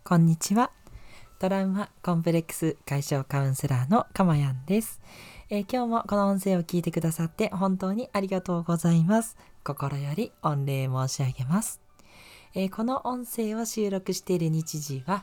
こんにちは。トラウマコンプレックス解消カウンセラーのかまやんです。今日もこの音声を聞いてくださって本当にありがとうございます。心より御礼申し上げます。この音声を収録している日時は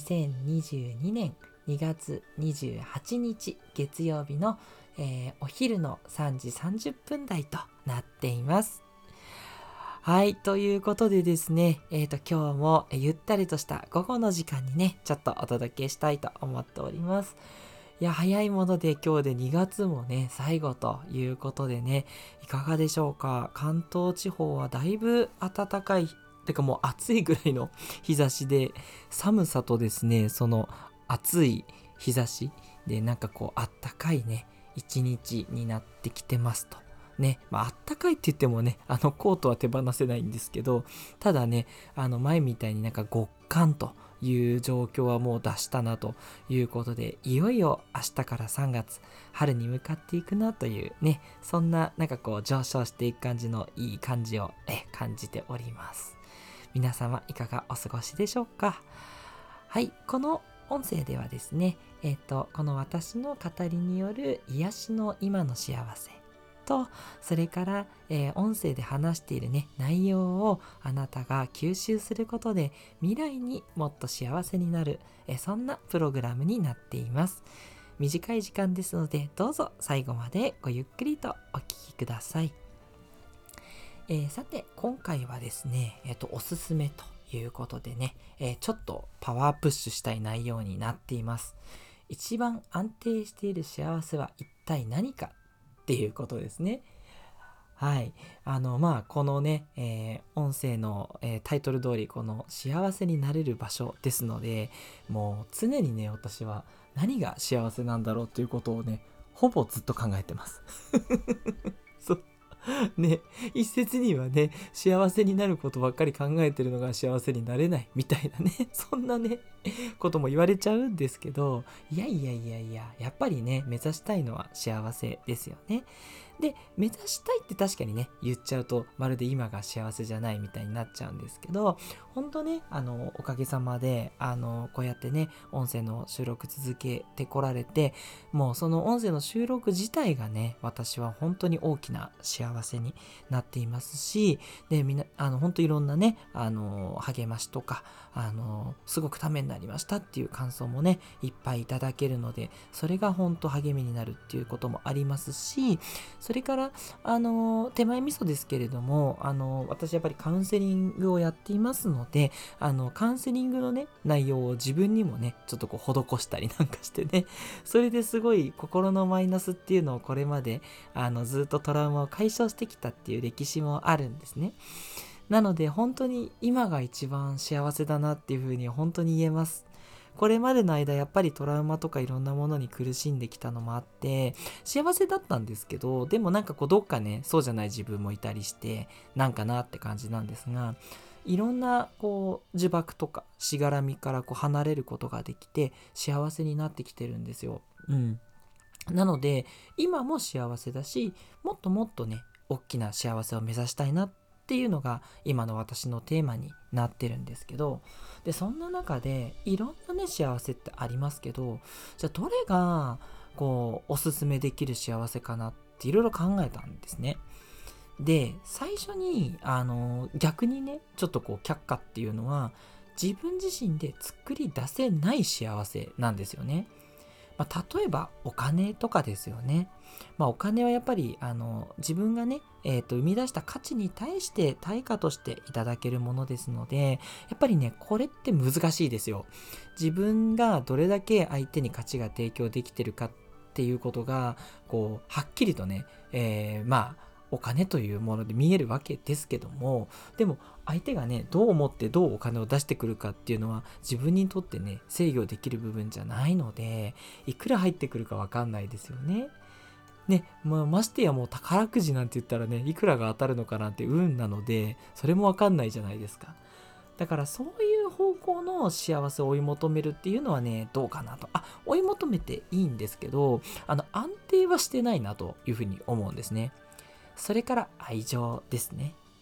2022年2月28日月曜日の、お昼の3時30分台となっています。はい、ということでですね、今日もゆったりとした午後の時間にね、ちょっとお届けしたいと思っております。いや、早いもので今日で2月もね、最後ということでね、いかがでしょうか。関東地方はだいぶ暖かい、てかもう暑いぐらいの日差しで、寒さとですね、その暑い日差しでなんかこうあったかいね、一日になってきてますと。ね、あったかいって言ってもね、コートは手放せないんですけど、ただね、前みたいになんか極寒という状況はもう脱したなということで、いよいよ明日から3月、春に向かっていくなというね、そんななんかこう上昇していく感じのいい感じを感じております。皆様いかがお過ごしでしょうか。はい、この音声ではですね、この私の語りによる癒しの今の幸せ、とそれから、音声で話しているね内容をあなたが吸収することで未来にもっと幸せになる、そんなプログラムになっています。短い時間ですのでどうぞ最後までごゆっくりとお聞きください。さて今回はですね、おすすめということでね、ちょっとパワープッシュしたい内容になっています。一番安定している幸せは一体何かっていうことですね。はい。このね、音声の、タイトル通り、この幸せになれる場所ですので、もう常にね、私は何が幸せなんだろうということをね、ほぼずっと考えてます。そう。ね、一説にはね、幸せになることばっかり考えてるのが幸せになれないみたいなね、そんなね、ことも言われちゃうんですけど、いやいやいやいや、やっぱりね、目指したいのは幸せですよね。で、目指したいって確かにね、言っちゃうと、まるで今が幸せじゃないみたいになっちゃうんですけど、本当ね、おかげさまで、こうやってね、音声の収録続けてこられて、もうその音声の収録自体がね、私は本当に大きな幸せになっていますし、で、みんな、本当いろんなね、励ましとか、すごくためになりましたっていう感想もね、いっぱいいただけるので、それが本当励みになるっていうこともありますし、それから、手前味噌ですけれども、私やっぱりカウンセリングをやっていますので、カウンセリングのね、内容を自分にもね、ちょっとこう施したりなんかしてね、それですごい心のマイナスっていうのをこれまで、ずっとトラウマを解消してきたっていう歴史もあるんですね。なので本当に今が一番幸せだなっていうふうに本当に言えます。これまでの間やっぱりトラウマとかいろんなものに苦しんできたのもあって幸せだったんですけど、でもなんかこうどっかね、そうじゃない自分もいたりしてなんかなって感じなんですが、いろんなこう呪縛とかしがらみからこう離れることができて幸せになってきてるんですよ。なので今も幸せだし、もっともっとね大きな幸せを目指したいなっていうのが今の私のテーマになってるんですけど、でそんな中でいろんなね幸せってありますけど、じゃあどれがこうおすすめできる幸せかなっていろいろ考えたんですね。で最初に逆にねちょっとこう却下っていうのは自分自身で作り出せない幸せなんですよね。例えばお金とかですよね。お金はやっぱり自分がね、生み出した価値に対して対価としていただけるものですので、やっぱりねこれって難しいですよ。自分がどれだけ相手に価値が提供できてるかっていうことがこうはっきりとね、お金というもので見えるわけですけども、でも相手がねどう思ってどうお金を出してくるかっていうのは自分にとってね制御できる部分じゃないので、いくら入ってくるかわかんないですよね。ましてやもう宝くじなんて言ったらね、いくらが当たるのかなんて運なので、それもわかんないじゃないですか。だからそういう方向の幸せを追い求めるっていうのはね、どうかなと。追い求めていいんですけど、安定はしてないなというふうに思うんですね。それから愛情ですね。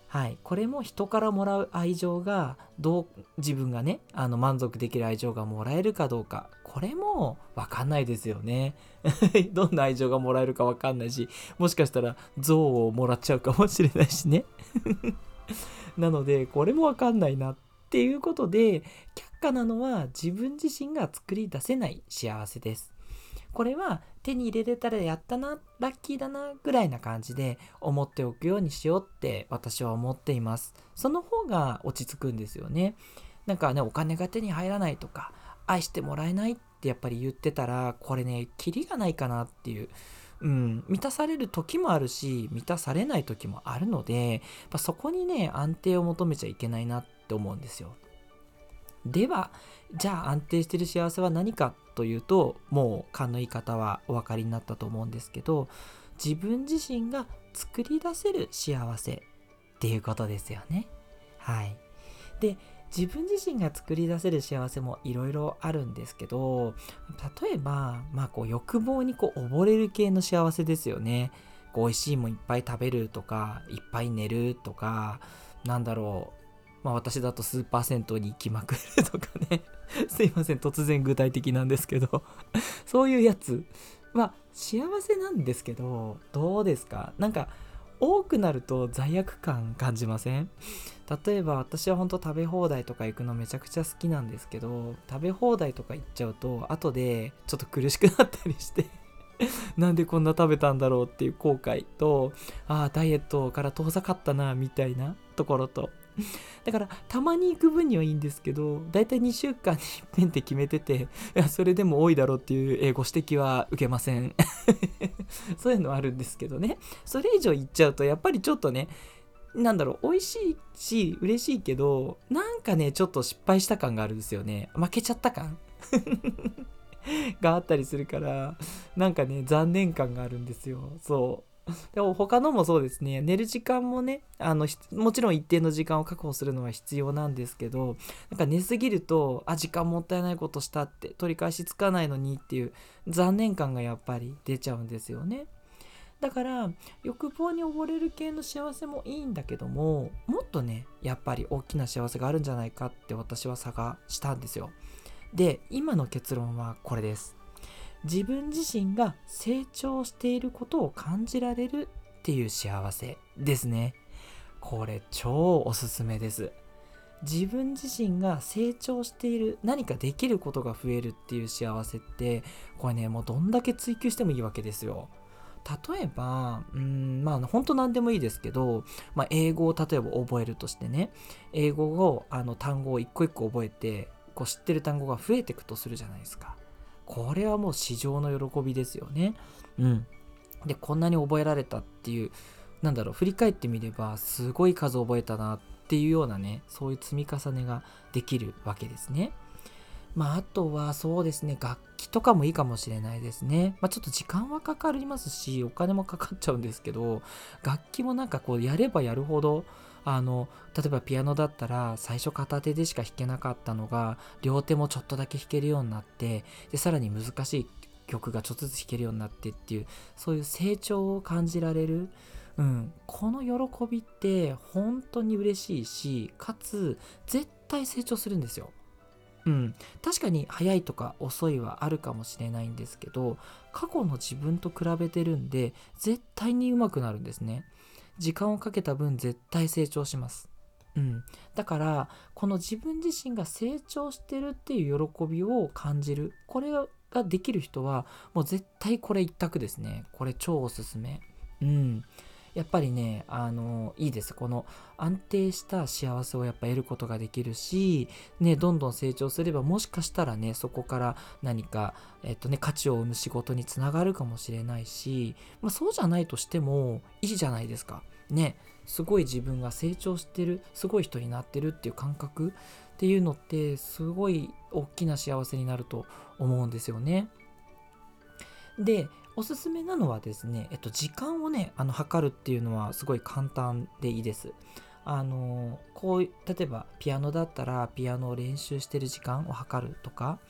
はい、これも人からもらう愛情が自分がね満足できる愛情がもらえるかどうか、これも分かんないですよねどんな愛情がもらえるか分かんないし、もしかしたら像をもらっちゃうかもしれないしねなのでこれも分かんないなっていうことで、却下なのは自分自身が作り出せない幸せです。これは手に入れれたらやったな、ラッキーだなぐらいな感じで思っておくようにしようって私は思っています。その方が落ち着くんですよね。なんかね、お金が手に入らないとか愛してもらえないってやっぱり言ってたら、これねキリがないかなっていう、満たされる時もあるし満たされない時もあるので、やっぱそこにね安定を求めちゃいけないなって思うんですよ。ではじゃあ安定している幸せは何かというと、もう勘のいい方はお分かりになったと思うんですけど、自分自身が作り出せる幸せっていうことですよね。はい。で、自分自身が作り出せる幸せもいろいろあるんですけど、例えば欲望に溺れる系の幸せですよね。美味しいもんいっぱい食べるとか、いっぱい寝るとか、なんだろう、私だとスーパー銭湯に行きまくるとかねすいません、突然具体的なんですけどそういうやつ幸せなんですけど、どうですか？なんか多くなると罪悪感感じません？例えば私は本当食べ放題とか行くのめちゃくちゃ好きなんですけど、食べ放題とか行っちゃうと後でちょっと苦しくなったりしてなんでこんな食べたんだろうっていう後悔と、ダイエットから遠ざかったなみたいなところと、だからたまに行く分にはいいんですけど、だいたい2週間に一遍って決めてて、いやそれでも多いだろうっていうご指摘は受けませんそういうのはあるんですけどね。それ以上言っちゃうとやっぱりちょっとね、美味しいし嬉しいけど、なんかねちょっと失敗した感があるんですよね。負けちゃった感があったりするから、なんかね残念感があるんですよ。でも他のもそうですね。寝る時間もね、もちろん一定の時間を確保するのは必要なんですけど、なんか寝すぎると時間もったいないことしたって、取り返しつかないのにっていう残念感がやっぱり出ちゃうんですよね。だから欲望に溺れる系の幸せもいいんだけども、もっとねやっぱり大きな幸せがあるんじゃないかって私は探したんですよ。で、今の結論はこれです。自分自身が成長していることを感じられるっていう幸せですね。これ超おすすめです。自分自身が成長している、何かできることが増えるっていう幸せって、これねもうどんだけ追求してもいいわけですよ。例えば本当何でもいいですけど、英語を例えば覚えるとしてね、英語を単語を一個一個覚えて知ってる単語が増えていくとするじゃないですか。これはもう至上の喜びですよね。で、こんなに覚えられたっていう、振り返ってみればすごい数覚えたなっていうようなね、そういう積み重ねができるわけですね。あとはそうですね、楽器とかもいいかもしれないですね。ちょっと時間はかかりますし、お金もかかっちゃうんですけど、楽器もやればやるほど、例えばピアノだったら最初片手でしか弾けなかったのが両手もちょっとだけ弾けるようになって、でさらに難しい曲がちょっとずつ弾けるようになってっていう、そういう成長を感じられる、この喜びって本当に嬉しいし、かつ絶対成長するんですよ。確かに早いとか遅いはあるかもしれないんですけど、過去の自分と比べてるんで絶対に上手くなるんですね。時間をかけた分絶対成長します。だからこの自分自身が成長してるっていう喜びを感じる、これができる人はもう絶対これ一択ですね。これ超おすすめ。やっぱりね、いいです。この安定した幸せをやっぱ得ることができるし、ね、どんどん成長すればもしかしたらね、そこから何か、価値を生む仕事につながるかもしれないし、そうじゃないとしてもいいじゃないですか。ね、すごい自分が成長してる、すごい人になってるっていう感覚っていうのって、すごい大きな幸せになると思うんですよね。で、おすすめなのはですね、時間をね、測るっていうのはすごい簡単でいいです。例えばピアノだったらピアノを練習してる時間を測るとか、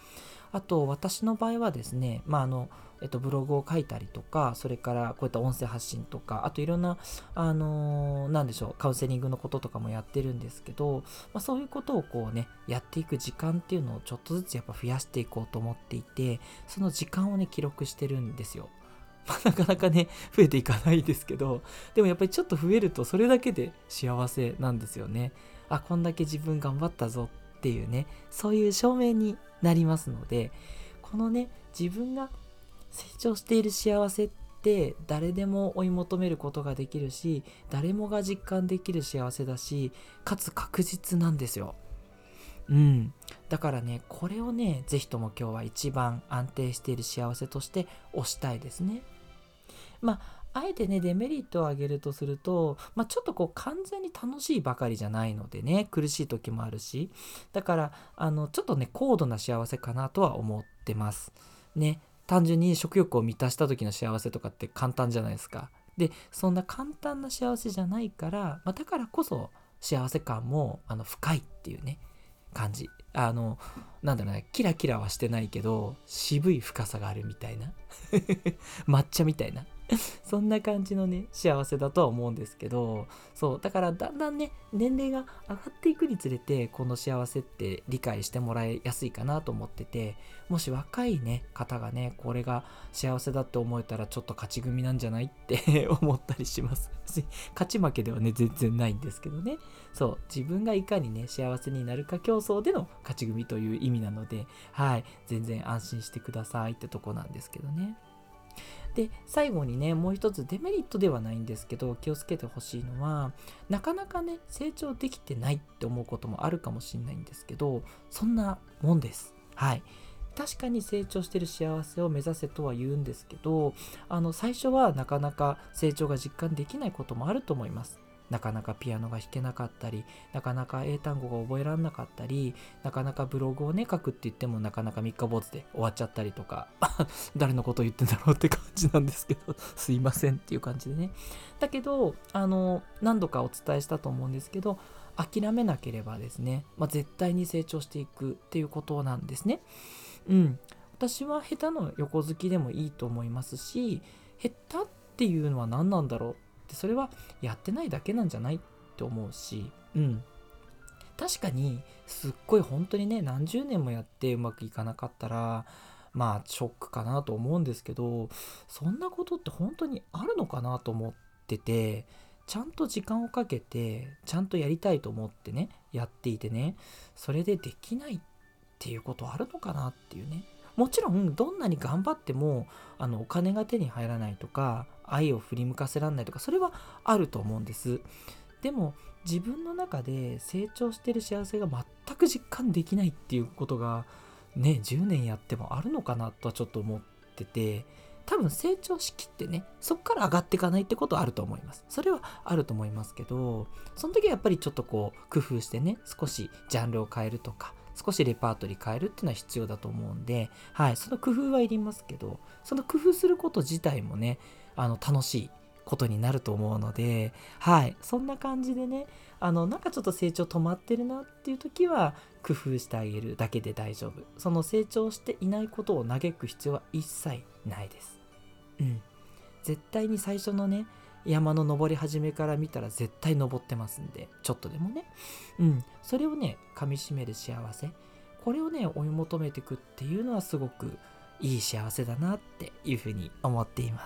あと私の場合はですね、ブログを書いたりとか、それからこういった音声発信とか、あといろんな、なんでしょう、カウンセリングのこととかもやってるんですけど、そういうことをこうね、やっていく時間っていうのをちょっとずつやっぱ増やしていこうと思っていて、その時間をね、記録してるんですよ。なかなかね、増えていかないですけど、でもやっぱりちょっと増えるとそれだけで幸せなんですよね。あ、こんだけ自分頑張ったぞっていうね、そういう証明になりますので、このね、自分が成長している幸せって誰でも追い求めることができるし、誰もが実感できる幸せだし、かつ確実なんですよ。だからね、これをね、ぜひとも今日は一番安定している幸せとして推したいですね。あえてね、デメリットを挙げるとすると、ちょっとこう完全に楽しいばかりじゃないのでね、苦しい時もあるし、だからちょっとね、高度な幸せかなとは思ってますね。単純に食欲を満たした時の幸せとかって簡単じゃないですか。で、そんな簡単な幸せじゃないから、だからこそ幸せ感も深いっていうね、感じ。なんだろうね、キラキラはしてないけど渋い深さがあるみたいな抹茶みたいなそんな感じのね、幸せだとは思うんですけど、そうだからだんだんね、年齢が上がっていくにつれてこの幸せって理解してもらいやすいかなと思ってて、もし若いね方がね、これが幸せだって思えたらちょっと勝ち組なんじゃないって思ったりします。勝ち負けではね全然ないんですけどね、そう自分がいかにね幸せになるか競争での勝ち組という意味なので、全然安心してくださいってとこなんですけどね。で、最後にね、もう一つデメリットではないんですけど、気をつけてほしいのは、なかなかね、成長できてないって思うこともあるかもしれないんですけど、そんなもんです。確かに成長してる幸せを目指せとは言うんですけど、最初はなかなか成長が実感できないこともあると思います。なかなかピアノが弾けなかったり、なかなか英単語が覚えられなかったり、なかなかブログをね書くって言ってもなかなか三日坊主で終わっちゃったりとか誰のこと言ってんだろうって感じなんですけどすいませんっていう感じでね。だけど何度かお伝えしたと思うんですけど、諦めなければですね、絶対に成長していくっていうことなんですね。私は下手の横好きでもいいと思いますし、下手っていうのは何なんだろうって、それはやってないだけなんじゃないって思うし、確かにすっごい本当にね、何十年もやってうまくいかなかったらショックかなと思うんですけど、そんなことって本当にあるのかなと思ってて、ちゃんと時間をかけてちゃんとやりたいと思ってねやっていてね、それでできないっていうことあるのかなっていうね。もちろんどんなに頑張ってもお金が手に入らないとか、愛を振り向かせられないとか、それはあると思うんです。でも自分の中で成長してる幸せが全く実感できないっていうことがね、10年やってもあるのかなとはちょっと思ってて、多分成長しきってね、そっから上がっていかないってことはあると思います。それはあると思いますけど、その時はやっぱりちょっとこう工夫してね、少しジャンルを変えるとか、少しレパートリー変えるっていうのは必要だと思うんで、その工夫はいりますけど、その工夫すること自体もね、楽しいことになると思うので、そんな感じでね、なんかちょっと成長止まってるなっていう時は工夫してあげるだけで大丈夫。その成長していないことを嘆く必要は一切ないです。絶対に最初のね、山の登り始めから見たら絶対登ってますんで、ちょっとでもね、それをね噛み締める幸せ、これをね追い求めていくっていうのはすごくいい幸せだなっていうふうに思っています。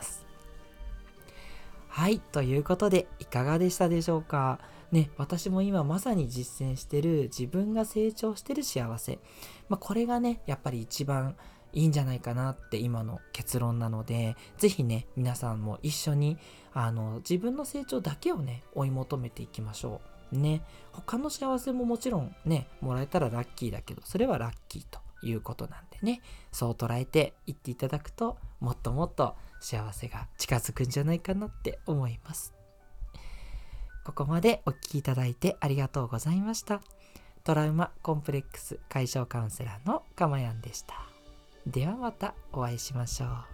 ということでいかがでしたでしょうかね。私も今まさに実践してる自分が成長してる幸せ、これがねやっぱり一番いいんじゃないかなって今の結論なので、ぜひね皆さんも一緒に自分の成長だけをね追い求めていきましょうね。他の幸せももちろんねもらえたらラッキーだけど、それはラッキーということなんでね、そう捉えていっていただくともっともっと幸せが近づくんじゃないかなって思います。ここまでお聞きいただいてありがとうございました。トラウマコンプレックス解消カウンセラーのかまやんでした。ではまたお会いしましょう。